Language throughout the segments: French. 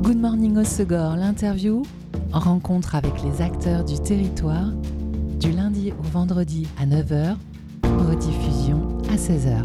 Good Morning au Segor, l'interview, en rencontre avec les acteurs du territoire, du lundi au vendredi à 9h, rediffusion à 16h.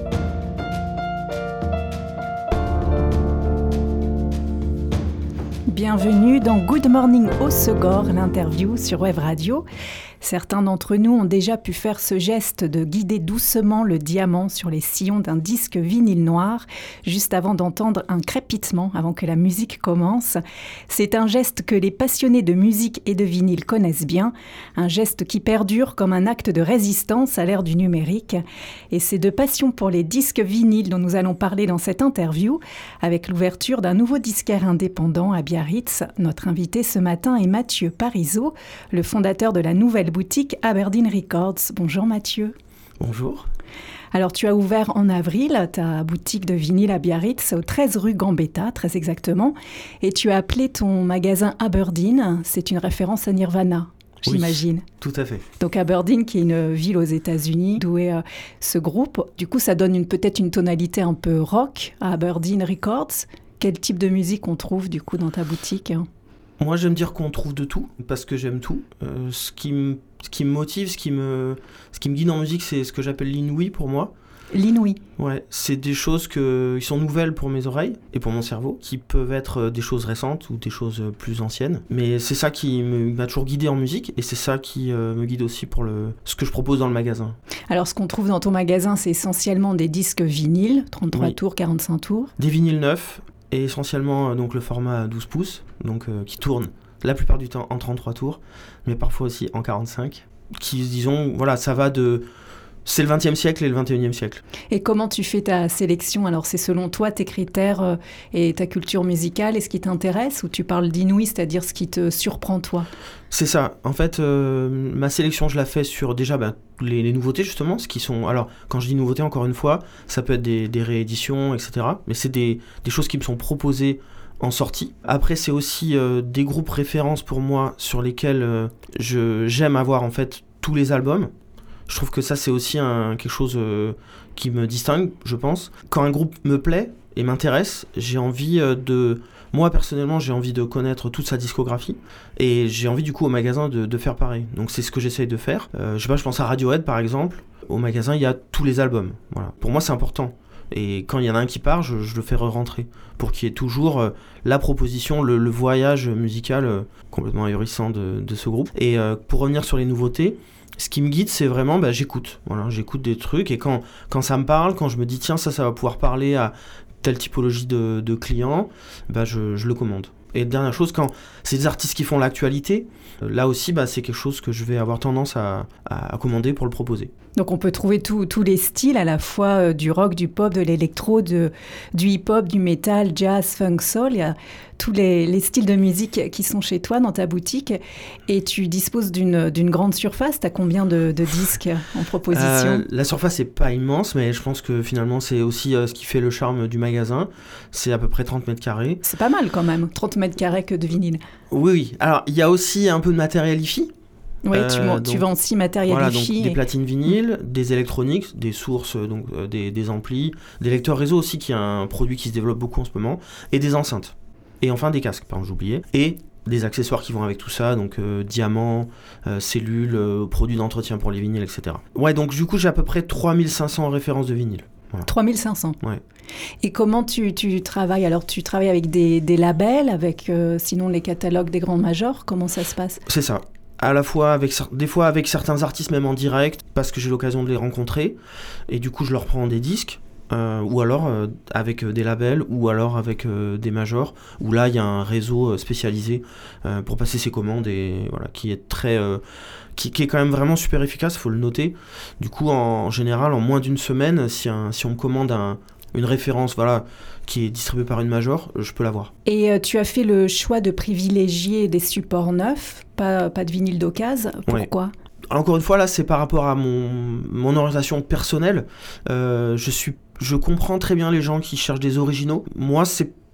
Bienvenue dans Good Morning au Segor, l'interview sur Web Radio. Certains d'entre nous ont déjà pu faire ce geste de guider doucement le diamant sur les sillons d'un disque vinyle noir, juste avant d'entendre un crépitement, avant que la musique commence. C'est un geste que les passionnés de musique et de vinyle connaissent bien, un geste qui perdure comme un acte de résistance à l'ère du numérique. Et c'est de passion pour les disques vinyles dont nous allons parler dans cette interview, avec l'ouverture d'un nouveau disquaire indépendant à Biarritz. Notre invité ce matin est Mathieu Parizeau, le fondateur de la nouvelle boutique Aberdeen Records. Bonjour Mathieu. Bonjour. Alors tu as ouvert en avril ta boutique de vinyle à Biarritz, au 13 rue Gambetta, très exactement, et tu as appelé ton magasin Aberdeen. C'est une référence à Nirvana, j'imagine. Oui, tout à fait. Donc Aberdeen, qui est une ville aux États-Unis, d'où est ce groupe. Du coup, ça donne peut-être une tonalité un peu rock à Aberdeen Records. Quel type de musique on trouve du coup dans ta boutique ? Moi, j'aime dire qu'on trouve de tout, parce que j'aime tout. Ce qui me motive, ce qui me guide en musique, c'est ce que j'appelle l'inouï pour moi. L'inouï. Ouais, c'est des choses qui sont nouvelles pour mes oreilles et pour mon cerveau, qui peuvent être des choses récentes ou des choses plus anciennes. Mais c'est ça qui m'a toujours guidé en musique, et c'est ça qui me guide aussi pour ce que je propose dans le magasin. Alors, ce qu'on trouve dans ton magasin, c'est essentiellement des disques vinyles, 33 tours, 45 tours. Des vinyles neufs. Et essentiellement donc le format 12 pouces, donc qui tourne la plupart du temps en 33 tours, mais parfois aussi en 45, qui, disons, voilà, ça va de... C'est le 20e siècle et le 21e siècle. Et comment tu fais ta sélection ? Alors, c'est selon toi, tes critères et ta culture musicale et ce qui t'intéresse, ou tu parles d'inouï, c'est-à-dire ce qui te surprend toi ? C'est ça. En fait, ma sélection, je la fais sur déjà les nouveautés, justement, ce qui sont... Alors, quand je dis nouveautés, encore une fois, ça peut être des rééditions, etc. Mais c'est des choses qui me sont proposées en sortie. Après, c'est aussi des groupes références pour moi sur lesquels j'aime avoir, en fait, tous les albums. Je trouve que ça, c'est aussi quelque chose qui me distingue, je pense. Quand un groupe me plaît et m'intéresse, j'ai envie Moi, personnellement, j'ai envie de connaître toute sa discographie, et j'ai envie, du coup, au magasin de faire pareil. Donc, c'est ce que j'essaye de faire. Je pense à Radiohead, par exemple. Au magasin, il y a tous les albums. Voilà. Pour moi, c'est important. Et quand il y en a un qui part, je le fais re-rentrer, pour qu'il y ait toujours la proposition, le voyage musical complètement ahurissant de ce groupe. Et pour revenir sur les nouveautés, ce qui me guide, c'est vraiment, j'écoute. Voilà, j'écoute des trucs, et quand ça me parle, quand je me dis, tiens, ça va pouvoir parler à telle typologie de clients, je le commande. Et dernière chose, quand c'est des artistes qui font l'actualité, là aussi, c'est quelque chose que je vais avoir tendance à commander pour le proposer. Donc on peut trouver tous les styles, à la fois du rock, du pop, de l'électro, du hip-hop, du métal, jazz, funk, soul. Il y a tous les styles de musique qui sont chez toi dans ta boutique. Et tu disposes d'une grande surface. Tu as combien de disques en proposition ? La surface n'est pas immense, mais je pense que finalement c'est aussi ce qui fait le charme du magasin. C'est à peu près 30 mètres carrés. C'est pas mal quand même, 30 mètres carrés que de vinyle. Oui. Alors il y a aussi un peu de matériel hi-fi. Oui, tu vends aussi matériel hi-fi. Voilà, donc des platines vinyles, des électroniques, des sources, des amplis, des lecteurs réseau aussi, qui est un produit qui se développe beaucoup en ce moment, et des enceintes. Et enfin des casques, pardon, j'oubliais. Et des accessoires qui vont avec tout ça, donc diamants, cellules, produits d'entretien pour les vinyles, etc. Ouais, donc du coup j'ai à peu près 3500 références de vinyle. Voilà. 3500. Ouais. Et comment tu travailles ? Alors tu travailles avec des labels, avec sinon les catalogues des grands majors, comment ça se passe ? C'est ça. À la fois des fois avec certains artistes, même en direct, parce que j'ai l'occasion de les rencontrer, et du coup je leur prends des disques, ou alors avec des labels, ou alors avec des majors, où là il y a un réseau spécialisé pour passer ses commandes, et voilà, qui est qui est quand même vraiment super efficace, il faut le noter. Du coup, en général, en moins d'une semaine, si on me commande une référence, voilà, qui est distribuée par une major, je peux l'avoir. Et tu as fait le choix de privilégier des supports neufs, pas de vinyle d'occasion. Pourquoi ? Ouais. Encore une fois, là, c'est par rapport à mon orientation personnelle. Je comprends très bien les gens qui cherchent des originaux. Moi, c'est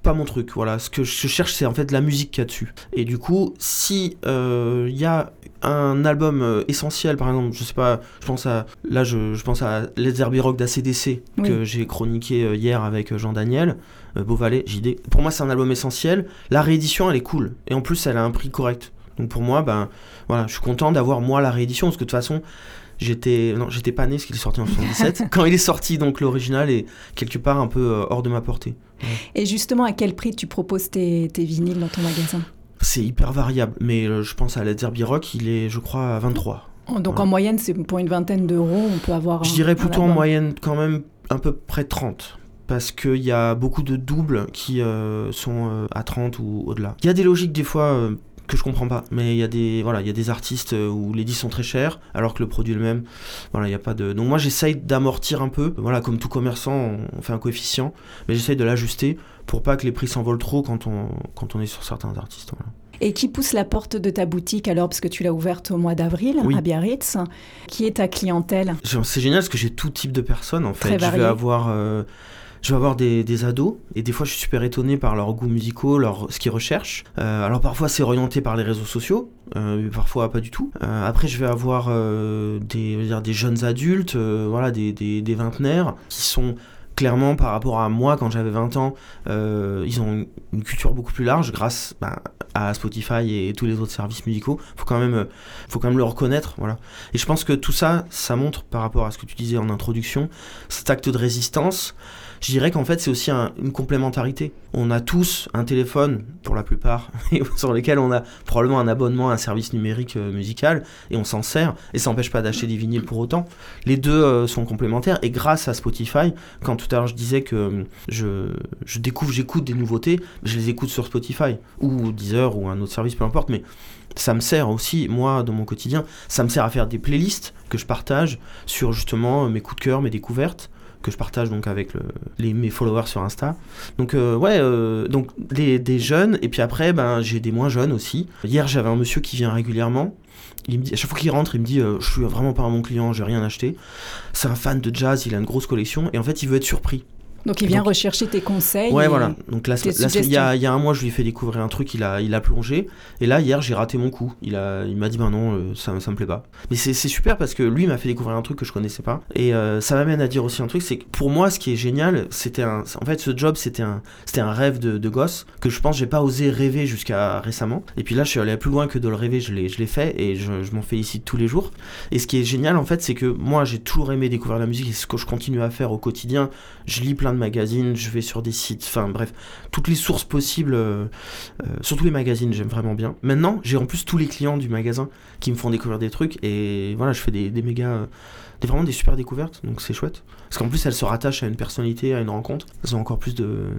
pas mon truc. Voilà, ce que je cherche, c'est en fait la musique qu'il y a dessus. Et du coup, si y a un album essentiel, par exemple, je sais pas, je pense à Les Herbie Rock d'ACDC que j'ai chroniqué hier avec Jean-Daniel Beauvalet, JD. Pour moi, c'est un album essentiel. La réédition, elle est cool. Et en plus, elle a un prix correct. Donc pour moi, voilà, je suis content d'avoir moi la réédition parce que de toute façon, j'étais pas né parce qu'il est sorti en 77. Quand il est sorti, donc l'original est quelque part un peu hors de ma portée. Ouais. Et justement, à quel prix tu proposes tes vinyles dans ton magasin ? C'est hyper variable, mais je pense à Led Zeppelin Rock, il est, je crois, à 23. Donc en moyenne, c'est pour une vingtaine d'euros, on peut avoir Je dirais plutôt en moyenne quand même à peu près 30. Parce qu'il y a beaucoup de doubles qui sont à 30 ou au-delà. Il y a des logiques des fois que je comprends pas, mais il y a des artistes où les disques sont très chers, alors que le produit est le même. Voilà, il y a pas de... Donc moi j'essaye d'amortir un peu, voilà, comme tout commerçant, on fait un coefficient, mais j'essaye de l'ajuster pour pas que les prix s'envolent trop quand on est sur certains artistes. Voilà. Et qui pousse la porte de ta boutique alors, parce que tu l'as ouverte au mois d'avril à Biarritz, qui est ta clientèle ? C'est génial parce que j'ai tout type de personnes en fait. Très varié. Je vais avoir des ados, et des fois je suis super étonné par leurs goûts musicaux, ce qu'ils recherchent. Alors parfois c'est orienté par les réseaux sociaux, mais parfois pas du tout. Après je vais avoir des jeunes adultes, des vingtenaires, qui sont clairement par rapport à moi quand j'avais 20 ans, ils ont une culture beaucoup plus large grâce à Spotify et tous les autres services musicaux. Faut quand même le reconnaître, voilà. Et je pense que tout ça montre par rapport à ce que tu disais en introduction, cet acte de résistance. Je dirais qu'en fait c'est aussi une complémentarité. On a tous un téléphone, pour la plupart, sur lequel on a probablement un abonnement à un service numérique musical, et on s'en sert, et ça n'empêche pas d'acheter des vinyles pour autant. Les deux sont complémentaires, et grâce à Spotify, quand tout à l'heure je disais que j'écoute des nouveautés, je les écoute sur Spotify, ou Deezer, ou un autre service, peu importe, mais ça me sert aussi, moi, dans mon quotidien, ça me sert à faire des playlists que je partage sur justement mes coups de cœur, mes découvertes, que je partage donc avec mes followers sur Insta. Donc donc des jeunes, et puis après j'ai des moins jeunes aussi. Hier j'avais un monsieur qui vient régulièrement. Il me dit, à chaque fois qu'il rentre, il me dit je suis vraiment pas un bon client, j'ai rien acheté. C'est un fan de jazz, il a une grosse collection, et en fait il veut être surpris. Donc il vient rechercher tes conseils. Ouais, voilà. Donc là, il y a un mois, je lui ai fait découvrir un truc, il a plongé. Et là, hier, j'ai raté mon coup. Il m'a dit, non, ça me plaît pas. Mais c'est super parce que lui, il m'a fait découvrir un truc que je connaissais pas. Et ça m'amène à dire aussi un truc, c'est que pour moi, ce qui est génial, en fait, ce job, c'était un rêve de gosse que je pense j'ai pas osé rêver jusqu'à récemment. Et puis là, je suis allé plus loin que de le rêver, je l'ai fait, et je m'en félicite tous les jours. Et ce qui est génial, en fait, c'est que moi, j'ai toujours aimé découvrir la musique, et ce que je continue à faire au quotidien. Je lis plein de magazines, je vais sur des sites, enfin bref, toutes les sources possibles, surtout les magazines, j'aime vraiment bien. Maintenant, j'ai en plus tous les clients du magasin qui me font découvrir des trucs, et voilà, je fais des méga... vraiment des super découvertes, donc c'est chouette. Parce qu'en plus, elles se rattachent à une personnalité, à une rencontre. Elles ont encore plus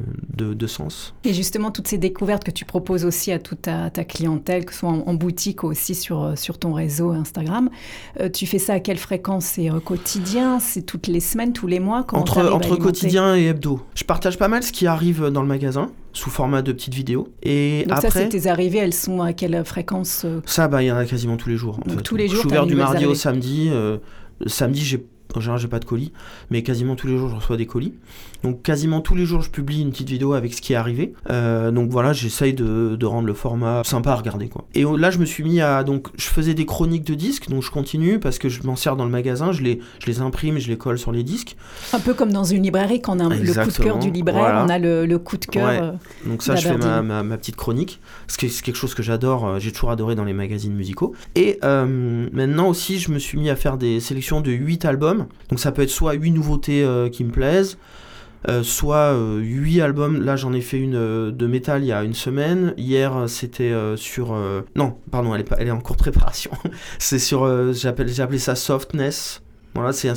de sens. Et justement, toutes ces découvertes que tu proposes aussi à toute ta clientèle, que ce soit en boutique ou aussi sur ton réseau Instagram, tu fais ça à quelle fréquence ? C'est quotidien ? C'est toutes les semaines, tous les mois ? Entre quotidien et hebdo. Je partage pas mal ce qui arrive dans le magasin, sous format de petites vidéos. Et donc après, ça, c'est tes arrivées, elles sont à quelle fréquence ? Ça, il y en a quasiment tous les jours. Donc tous les jours, je suis ouvert du mardi au samedi. Samedi, en général, j'ai pas de colis, mais quasiment tous les jours, je reçois des colis. Donc, quasiment tous les jours, je publie une petite vidéo avec ce qui est arrivé. Donc voilà, j'essaye de rendre le format sympa à regarder, quoi. Et là, je me suis mis donc, je faisais des chroniques de disques, donc je continue parce que je m'en sers dans le magasin, je les imprime, je les colle sur les disques. Un peu comme dans une librairie, quand on a le coup de cœur du libraire, voilà. On a le coup de cœur. Ouais. Donc ça, je fais ma petite chronique, parce que c'est quelque chose que j'adore, j'ai toujours adoré dans les magazines musicaux. Et maintenant aussi, je me suis mis à faire des sélections de 8 albums. Donc ça peut être soit 8 nouveautés qui me plaisent, soit 8 albums. Là j'en ai fait une de métal il y a une semaine. Hier c'était sur... non, pardon, elle est en cours de préparation. C'est sur... j'ai appelé ça Softness. Voilà, c'est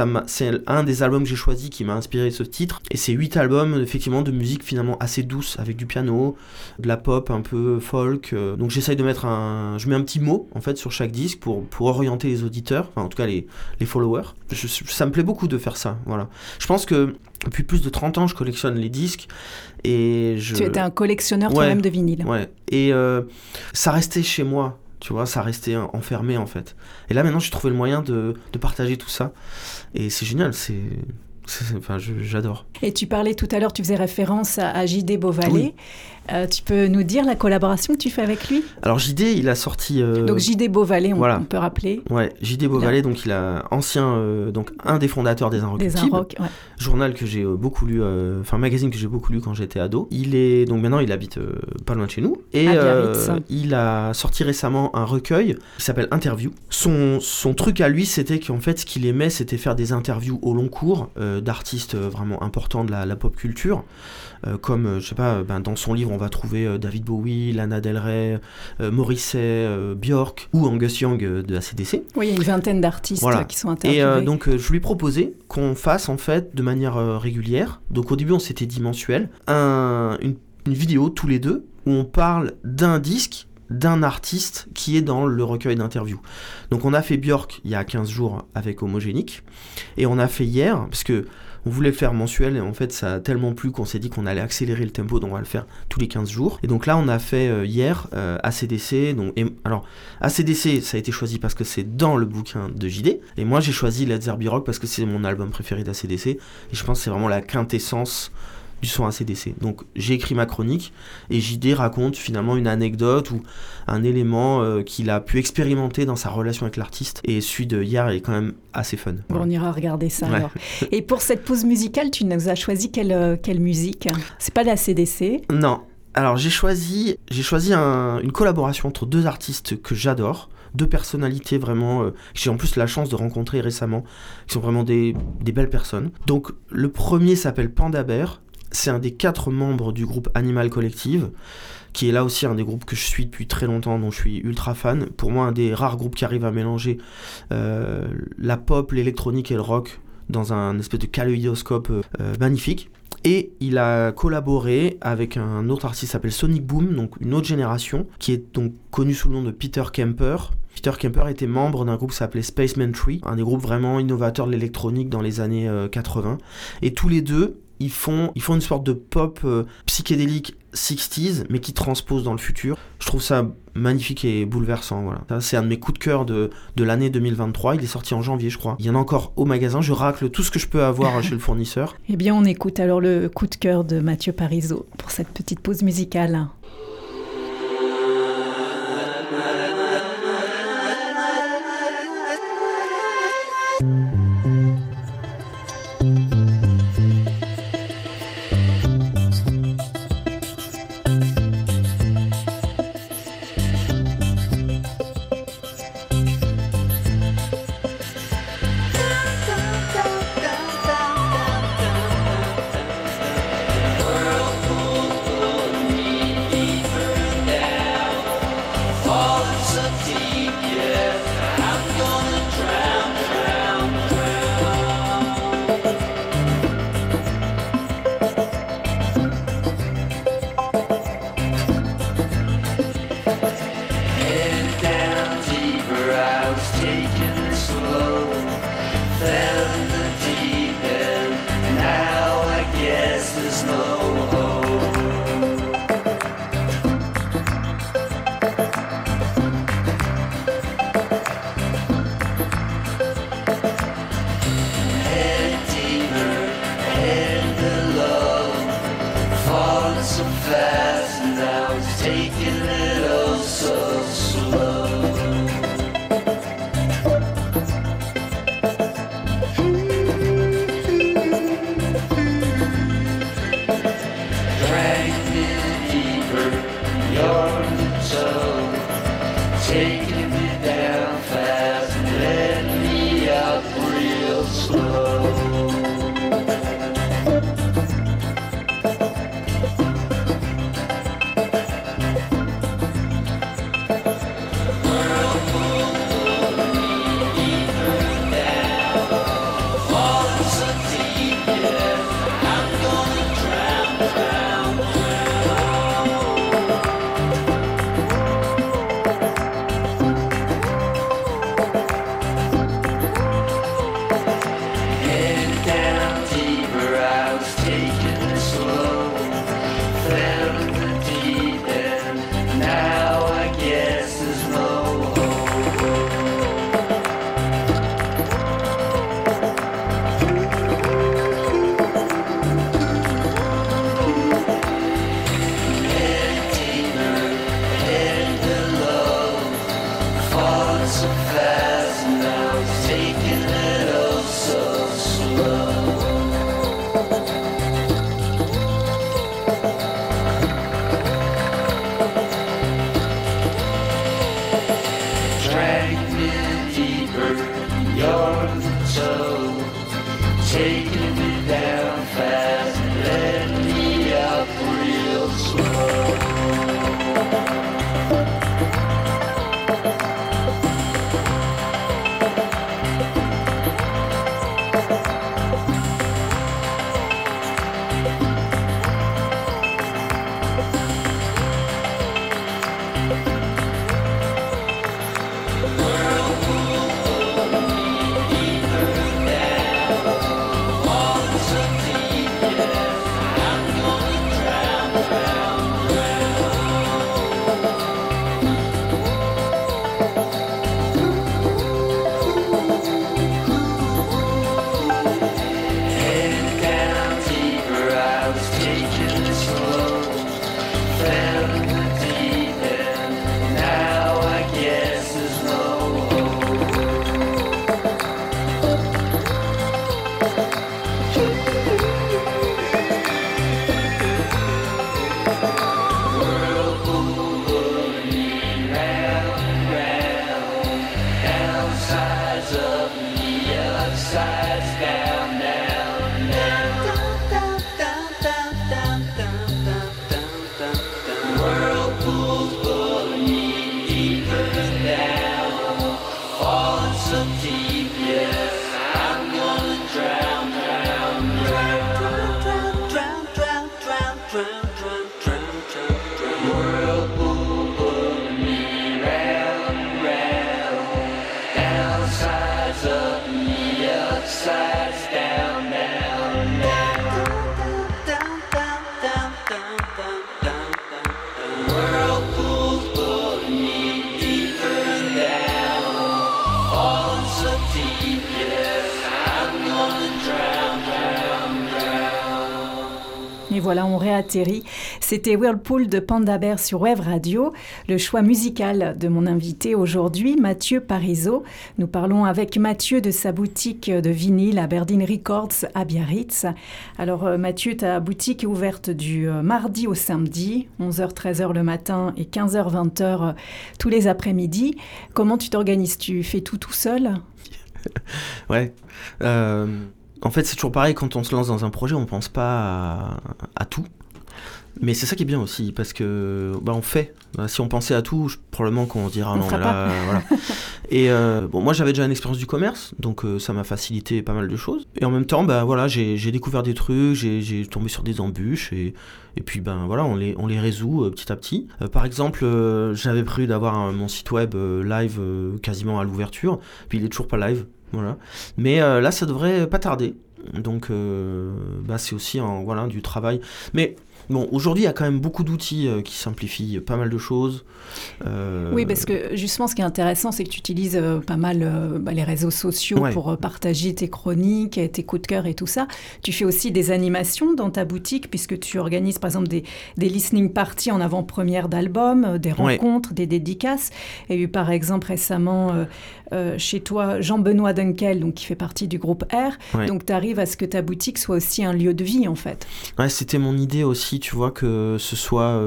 un des albums que j'ai choisi qui m'a inspiré ce titre. Et c'est 8 albums, effectivement, de musique finalement assez douce, avec du piano, de la pop un peu folk. Donc j'essaye de mettre je mets un petit mot, en fait, sur chaque disque pour orienter les auditeurs, enfin en tout cas les followers. Ça me plaît beaucoup de faire ça, voilà. Je pense que depuis plus de 30 ans, je collectionne les disques. Et Tu étais un collectionneur toi-même de vinyle. Ouais, et ça restait chez moi. Tu vois, ça restait enfermé en fait. Et là maintenant j'ai trouvé le moyen de partager tout ça. Et c'est génial, c'est J'adore. Et tu parlais tout à l'heure, tu faisais référence à J.D. Beauvalet. Oui. Tu peux nous dire la collaboration que tu fais avec lui ? Alors J.D., il a sorti... Donc J.D. Beauvalet, on peut rappeler. Ouais, J.D. Beauvalet, donc il a donc un des fondateurs des Inrocktibles, journal que j'ai beaucoup lu, magazine que j'ai beaucoup lu quand j'étais ado. Maintenant il habite pas loin de chez nous et il a sorti récemment un recueil qui s'appelle Interview. Son truc à lui, c'était qu'en fait ce qu'il aimait, c'était faire des interviews au long cours d'artistes vraiment importants de la pop culture. Comme, dans son livre, on va trouver David Bowie, Lana Del Rey, Morrissey, Björk ou Angus Young de AC/DC. Oui, il y a une vingtaine d'artistes qui sont interviewés. Et donc, je lui proposais qu'on fasse, en fait, de manière régulière. Donc, au début, on s'était dit mensuel, une vidéo tous les deux où on parle d'un disque, d'un artiste qui est dans le recueil d'interviews. Donc, on a fait Björk il y a 15 jours avec Homogenic. Et on a fait hier, parce que on voulait le faire mensuel et en fait ça a tellement plu qu'on s'est dit qu'on allait accélérer le tempo, donc on va le faire tous les 15 jours. Et donc là on a fait hier AC/DC. Alors AC/DC ça a été choisi parce que c'est dans le bouquin de JD et moi j'ai choisi Let There Be Rock parce que c'est mon album préféré d'AC/DC et je pense que c'est vraiment la quintessence du son AC/DC. Donc j'ai écrit ma chronique et JD raconte finalement une anecdote ou un élément qu'il a pu expérimenter dans sa relation avec l'artiste et celui de hier est quand même assez fun. Bon, on ira regarder ça alors. Et pour cette pause musicale, tu nous as choisi quelle musique ? C'est pas d'AC/DC ? Non. Alors j'ai choisi une collaboration entre deux artistes que j'adore. Deux personnalités vraiment que j'ai en plus la chance de rencontrer récemment, qui sont vraiment des belles personnes. Donc le premier s'appelle Panda Bear. C'est un des 4 membres du groupe Animal Collective, qui est là aussi un des groupes que je suis depuis très longtemps, dont je suis ultra fan. Pour moi, un des rares groupes qui arrive à mélanger la pop, l'électronique et le rock dans un espèce de kaléidoscope magnifique. Et il a collaboré avec un autre artiste qui s'appelle Sonic Boom, donc une autre génération, qui est donc connu sous le nom de Peter Kemper. Peter Kemper était membre d'un groupe qui s'appelait Spaceman Tree, un des groupes vraiment innovateurs de l'électronique dans les années 80. Et tous les deux, ils font une sorte de pop psychédélique 60s, mais qui transpose dans le futur. Je trouve ça magnifique et bouleversant. Voilà. Ça, c'est un de mes coups de cœur de l'année 2023. Il est sorti en janvier, je crois. Il y en a encore au magasin. Je racle tout ce que je peux avoir chez le fournisseur. Eh bien, on écoute alors le coup de cœur de Mathieu Parizeau pour cette petite pause musicale. Et voilà, on réatterrit. C'était Whirlpool de Panda Bear sur Wave Radio, le choix musical de mon invité aujourd'hui, Mathieu Parizeau. Nous parlons avec Mathieu de sa boutique de vinyle à Berdine Records à Biarritz. Alors Mathieu, ta boutique est ouverte du mardi au samedi, 11h-13h le matin et 15h-20h tous les après-midi. Comment tu t'organises ? Tu fais tout seul ? Ouais. En fait, c'est toujours pareil, quand on se lance dans un projet, on ne pense pas à tout. Mais c'est ça qui est bien aussi, parce que on fait. Si on pensait à tout, probablement qu'on se dira non, mais là, voilà. Et moi, j'avais déjà une expérience du commerce, donc ça m'a facilité pas mal de choses. Et en même temps, j'ai découvert des trucs, j'ai tombé sur des embûches, et puis on les résout petit à petit. Par exemple, j'avais prévu d'avoir mon site web live quasiment à l'ouverture, puis il est toujours pas live. Voilà. Mais là, ça devrait pas tarder. Donc, c'est aussi du travail. Mais bon, aujourd'hui, il y a quand même beaucoup d'outils qui simplifient pas mal de choses. Oui, parce que justement, ce qui est intéressant, c'est que tu utilises pas mal les réseaux sociaux pour partager tes chroniques, tes coups de cœur et tout ça. Tu fais aussi des animations dans ta boutique, puisque tu organises, par exemple, des listening parties en avant-première d'albums, des rencontres, des dédicaces. Il y a eu, par exemple, récemment, chez toi, Jean-Benoît Dunkel, donc, qui fait partie du groupe R. Ouais. Donc, tu arrives à ce que ta boutique soit aussi un lieu de vie, en fait. Ouais, c'était mon idée aussi, tu vois, que ce soit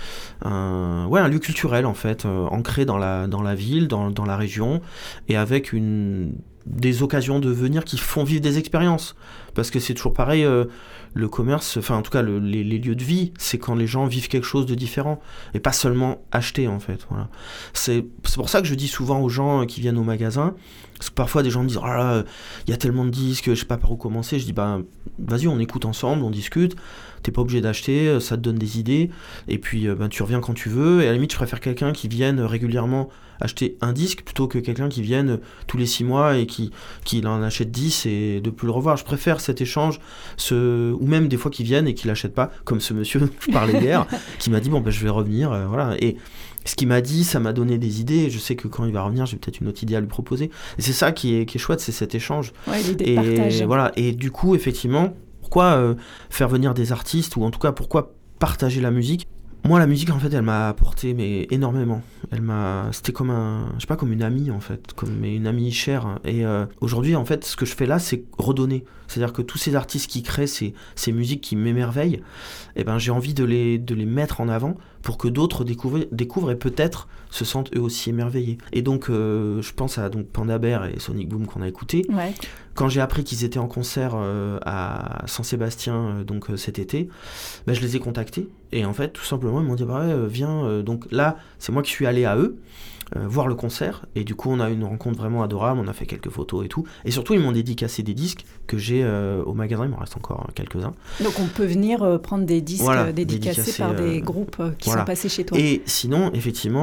un lieu culturel, en fait, ancré dans la ville, dans la région, et avec des occasions de venir qui font vivre des expériences. Parce que c'est toujours pareil, le commerce, enfin en tout cas les lieux de vie, c'est quand les gens vivent quelque chose de différent, et pas seulement acheter, en fait. Voilà. C'est pour ça que je dis souvent aux gens qui viennent au magasin, parce que parfois des gens me disent « Oh là là, il y a tellement de disques, je sais pas par où commencer », je dis « Vas-y, on écoute ensemble, on discute, t'es pas obligé d'acheter, ça te donne des idées, et puis tu reviens quand tu veux, et à la limite je préfère quelqu'un qui vienne régulièrement acheter un disque plutôt que quelqu'un qui vienne tous les 6 mois et qui en achète 10 et de plus le revoir. Je préfère cet échange, ou même des fois qui viennent et qui l'achètent pas, comme ce monsieur dont je parlais hier, qui m'a dit je vais revenir, voilà. Et ce qu'il m'a dit, ça m'a donné des idées, et je sais que quand il va revenir, j'ai peut-être une autre idée à lui proposer. Et c'est ça qui est chouette, c'est cet échange. Ouais, l'idée de partage. Voilà. Et du coup, effectivement, pourquoi faire venir des artistes, ou en tout cas, pourquoi partager la musique ? Moi, la musique, en fait, elle m'a apporté énormément. C'était comme comme une amie, en fait, comme une amie chère. Et aujourd'hui, en fait, ce que je fais là, c'est redonner. C'est-à-dire que tous ces artistes qui créent ces musiques qui m'émerveillent, j'ai envie de les mettre en avant pour que d'autres découvrent et peut-être se sentent eux aussi émerveillés. Et donc, je pense à Panda Bear et Sonic Boom qu'on a écouté. Ouais. Quand j'ai appris qu'ils étaient en concert à Saint-Sébastien cet été, je les ai contactés. Et en fait, tout simplement, ils m'ont dit viens. Donc là, c'est moi qui suis allé à eux voir le concert. Et du coup, on a eu une rencontre vraiment adorable. On a fait quelques photos et tout. Et surtout, ils m'ont dédicacé des disques que j'ai au magasin. Il m'en reste encore quelques-uns. Donc on peut venir prendre des disques dédicacés par des groupes qui sont passés chez toi. Et sinon, effectivement,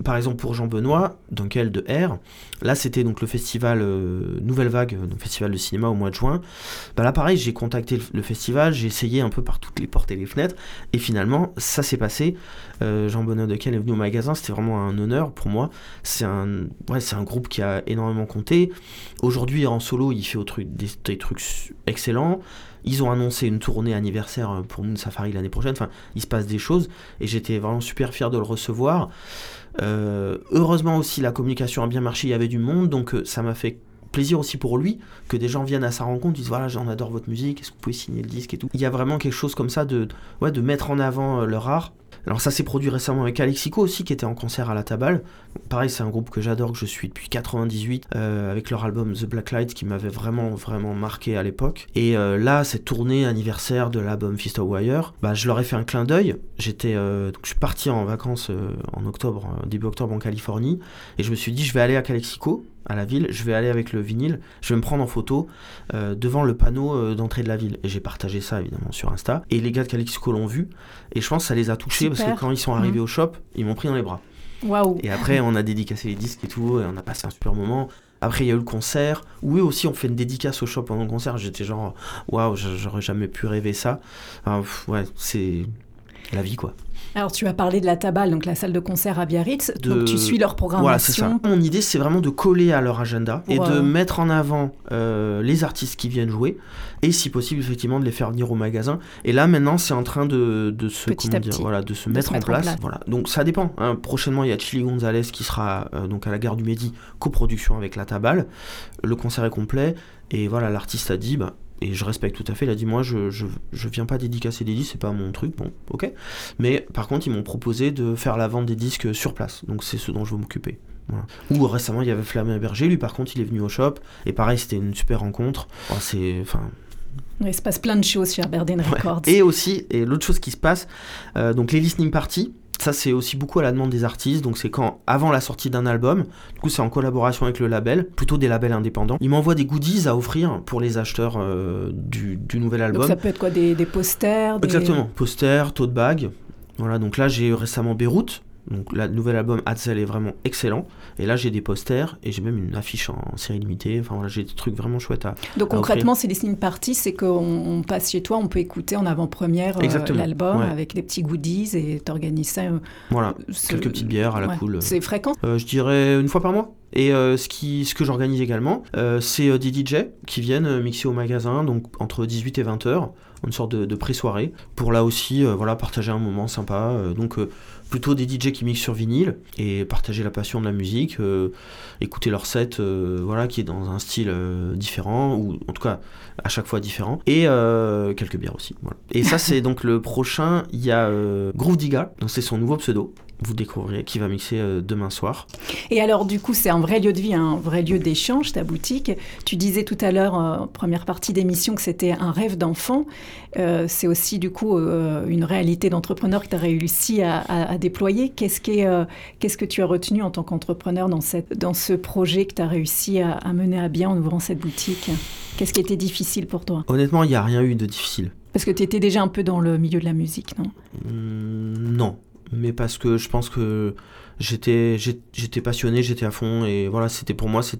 par exemple pour Jean Benoît, Dunkel de R, là c'était donc le festival Nouvelle Vague, donc festival de cinéma au mois de juin. Là pareil, j'ai contacté le festival, j'ai essayé un peu par toutes les portes et les fenêtres, et finalement ça s'est passé. Jean Benoît Dunkel est venu au magasin, c'était vraiment un honneur pour moi. C'est un groupe qui a énormément compté. Aujourd'hui en solo, il fait des trucs excellents. Ils ont annoncé une tournée anniversaire pour Moon Safari l'année prochaine. Enfin, il se passe des choses et j'étais vraiment super fier de le recevoir. Heureusement aussi, la communication a bien marché, il y avait du monde, donc ça m'a fait plaisir aussi pour lui que des gens viennent à sa rencontre, disent voilà, on adore votre musique, est-ce que vous pouvez signer le disque et tout. Il y a vraiment quelque chose comme ça de mettre en avant leur art. Alors ça s'est produit récemment avec Alexico aussi, qui était en concert à la Tabale. Pareil, c'est un groupe que j'adore, que je suis depuis 98, avec leur album The Black Light qui m'avait vraiment, vraiment marqué à l'époque. Et là, cette tournée anniversaire de l'album Fist of Wire, je leur ai fait un clin d'œil. Donc je suis parti en vacances en octobre, début octobre en Californie, et je me suis dit, je vais aller à Calexico, à la ville, je vais aller avec le vinyle, je vais me prendre en photo devant le panneau d'entrée de la ville. Et j'ai partagé ça évidemment sur Insta. Et les gars de Calexico l'ont vu, et je pense que ça les a touchés. Super. Parce que quand ils sont arrivés au shop, ils m'ont pris dans les bras. Waouh. Et après, on a dédicacé les disques et tout, et on a passé un super moment. Après, il y a eu le concert, où eux aussi ont fait une dédicace au shop pendant le concert. J'étais genre, waouh, j'aurais jamais pu rêver ça. Enfin, c'est la vie, quoi. Alors, tu as parlé de la Tabale, donc la salle de concert à Biarritz. Donc, tu suis leur programmation. Voilà, c'est ça. Mon idée, c'est vraiment de coller à leur agenda et de mettre en avant les artistes qui viennent jouer et, si possible, effectivement, de les faire venir au magasin. Et là, maintenant, c'est en train de se mettre en place. Voilà. Donc, ça dépend. Hein. Prochainement, il y a Chili Gonzalez qui sera donc à la Gare du Midi, coproduction avec la Tabale. Le concert est complet et voilà, l'artiste a dit... Et je respecte tout à fait, il a dit moi je viens pas dédicacer des disques, c'est pas mon truc, bon ok. Mais par contre ils m'ont proposé de faire la vente des disques sur place, donc c'est ce dont je vais m'occuper. Voilà. Ou récemment il y avait Flavien Berger, lui par contre il est venu au shop, et pareil c'était une super rencontre. Il se passe plein de choses chez Aberdeen Records. Et aussi, et l'autre chose qui se passe, donc les listening parties, ça c'est aussi beaucoup à la demande des artistes, donc c'est avant la sortie d'un album, du coup c'est en collaboration avec le label, plutôt des labels indépendants. Ils m'envoient des goodies à offrir pour les acheteurs du nouvel album. Donc ça peut être quoi, des posters Exactement, posters, tote bag. Voilà, donc là j'ai récemment Beyrouth. Donc le nouvel album Hatzel est vraiment excellent, et là j'ai des posters et j'ai même une affiche en série limitée. Enfin voilà, j'ai des trucs vraiment chouettes à donc concrètement c'est listening party, c'est qu'on passe chez toi, on peut écouter en avant-première l'album avec des petits goodies et t'organises ça quelques petites bières à la cool. C'est fréquent, je dirais une fois par mois. Et ce que j'organise également, c'est des DJ qui viennent mixer au magasin, donc entre 18 et 20 heures, une sorte de pré-soirée, pour là aussi partager un moment sympa. Donc plutôt des DJ qui mixent sur vinyle et partager la passion de la musique, écouter leur set qui est dans un style différent, ou en tout cas à chaque fois différent, et quelques bières aussi. Voilà. Et ça c'est donc le prochain, il y a Groove Diga, donc c'est son nouveau pseudo. Vous découvrirez, qui va mixer demain soir. Et alors, du coup, c'est un vrai lieu de vie, un vrai lieu d'échange, ta boutique. Tu disais tout à l'heure, première partie d'émission, que c'était un rêve d'enfant. C'est aussi, du coup, une réalité d'entrepreneur que tu as réussi à déployer. Qu'est-ce que tu as retenu en tant qu'entrepreneur dans ce projet que tu as réussi à mener à bien en ouvrant cette boutique ? Qu'est-ce qui était difficile pour toi ? Honnêtement, il n'y a rien eu de difficile. Parce que tu étais déjà un peu dans le milieu de la musique, non ? Non. Mais parce que je pense que j'étais passionné, j'étais à fond, et voilà, c'était pour moi, c'est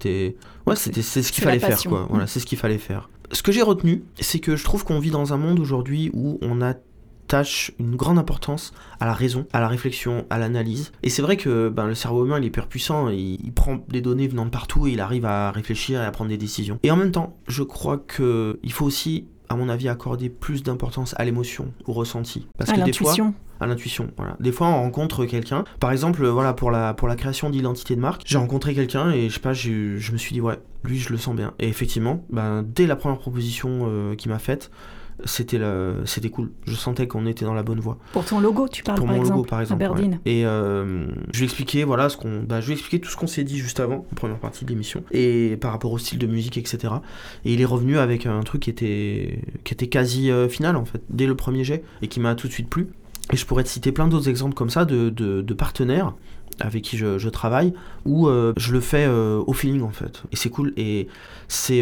ce qu'il fallait faire, quoi. Voilà, c'est ce qu'il fallait faire. Ce que j'ai retenu, c'est que je trouve qu'on vit dans un monde aujourd'hui où on attache une grande importance à la raison, à la réflexion, à l'analyse. Et c'est vrai que le cerveau humain, il est hyper puissant, il prend des données venant de partout et il arrive à réfléchir et à prendre des décisions. Et en même temps, je crois que il faut aussi, à mon avis, accorder plus d'importance à l'émotion, au ressenti. Parce que l'intuition. Des fois, à l'intuition, voilà. Des fois, on rencontre quelqu'un. Par exemple, pour la création d'identité de marque, j'ai rencontré quelqu'un et je sais pas, je me suis dit, ouais, lui, je le sens bien. Et effectivement, dès la première proposition qu'il m'a faite, c'était cool. Je sentais qu'on était dans la bonne voie. Pour ton logo, tu parles, par exemple, Aberdeen. Ouais. Et je lui expliquais, je lui expliquais tout ce qu'on s'est dit juste avant, en première partie de l'émission, et par rapport au style de musique, etc. Et il est revenu avec un truc qui était quasi final, en fait, dès le premier jet, et qui m'a tout de suite plu. Et je pourrais te citer plein d'autres exemples comme ça de partenaires avec qui je travaille, où je le fais au feeling, en fait. Et c'est cool. Et c'est...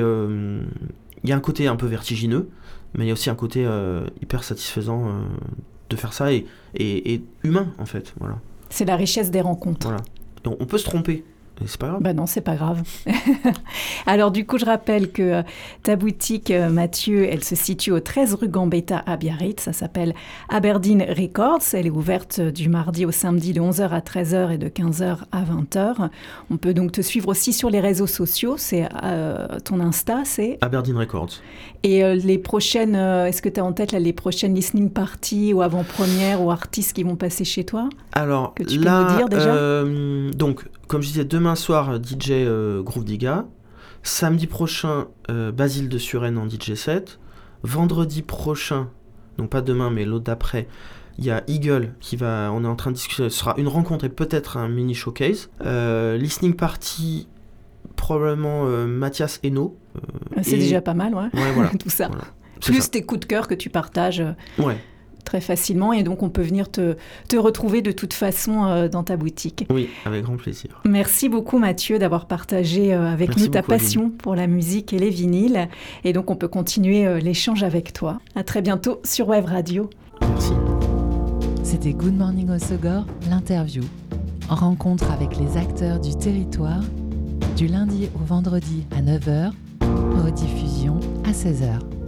Il y a un côté un peu vertigineux, mais il y a aussi un côté hyper satisfaisant de faire ça, et humain, en fait. Voilà. C'est la richesse des rencontres. Voilà. On peut se tromper. Et c'est pas grave. Ben non, c'est pas grave. Alors du coup, je rappelle que ta boutique, Mathieu, elle se situe au 13 rue Gambetta à Biarritz. Ça s'appelle Aberdeen Records. Elle est ouverte du mardi au samedi de 11h à 13h et de 15h à 20h. On peut donc te suivre aussi sur les réseaux sociaux. C'est ton Insta, c'est Aberdeen Records. Et les prochaines, est-ce que tu as en tête là, les prochaines listening parties ou avant-premières ou artistes qui vont passer chez toi? Alors que tu peux nous dire déjà donc, comme je disais, demain soir, DJ Groove Diga. Samedi prochain, Basile de Suresnes en DJ set. Vendredi prochain, donc pas demain, mais l'autre d'après, il y a Eagle on est en train de discuter. Ce sera une rencontre et peut-être un mini showcase. Listening party, probablement Mathias Hainaut. C'est déjà pas mal, ouais. Voilà. Tout ça. Voilà. Plus tes coups de cœur que tu partages. Ouais. Très facilement, et donc on peut venir te retrouver de toute façon dans ta boutique. Oui, avec grand plaisir. Merci beaucoup Mathieu d'avoir partagé avec nous ta passion pour la musique et les vinyles, et donc on peut continuer l'échange avec toi. À très bientôt sur Web Radio. Merci. C'était Good Morning Hossegor, l'interview. En rencontre avec les acteurs du territoire, du lundi au vendredi à 9h, rediffusion à 16h.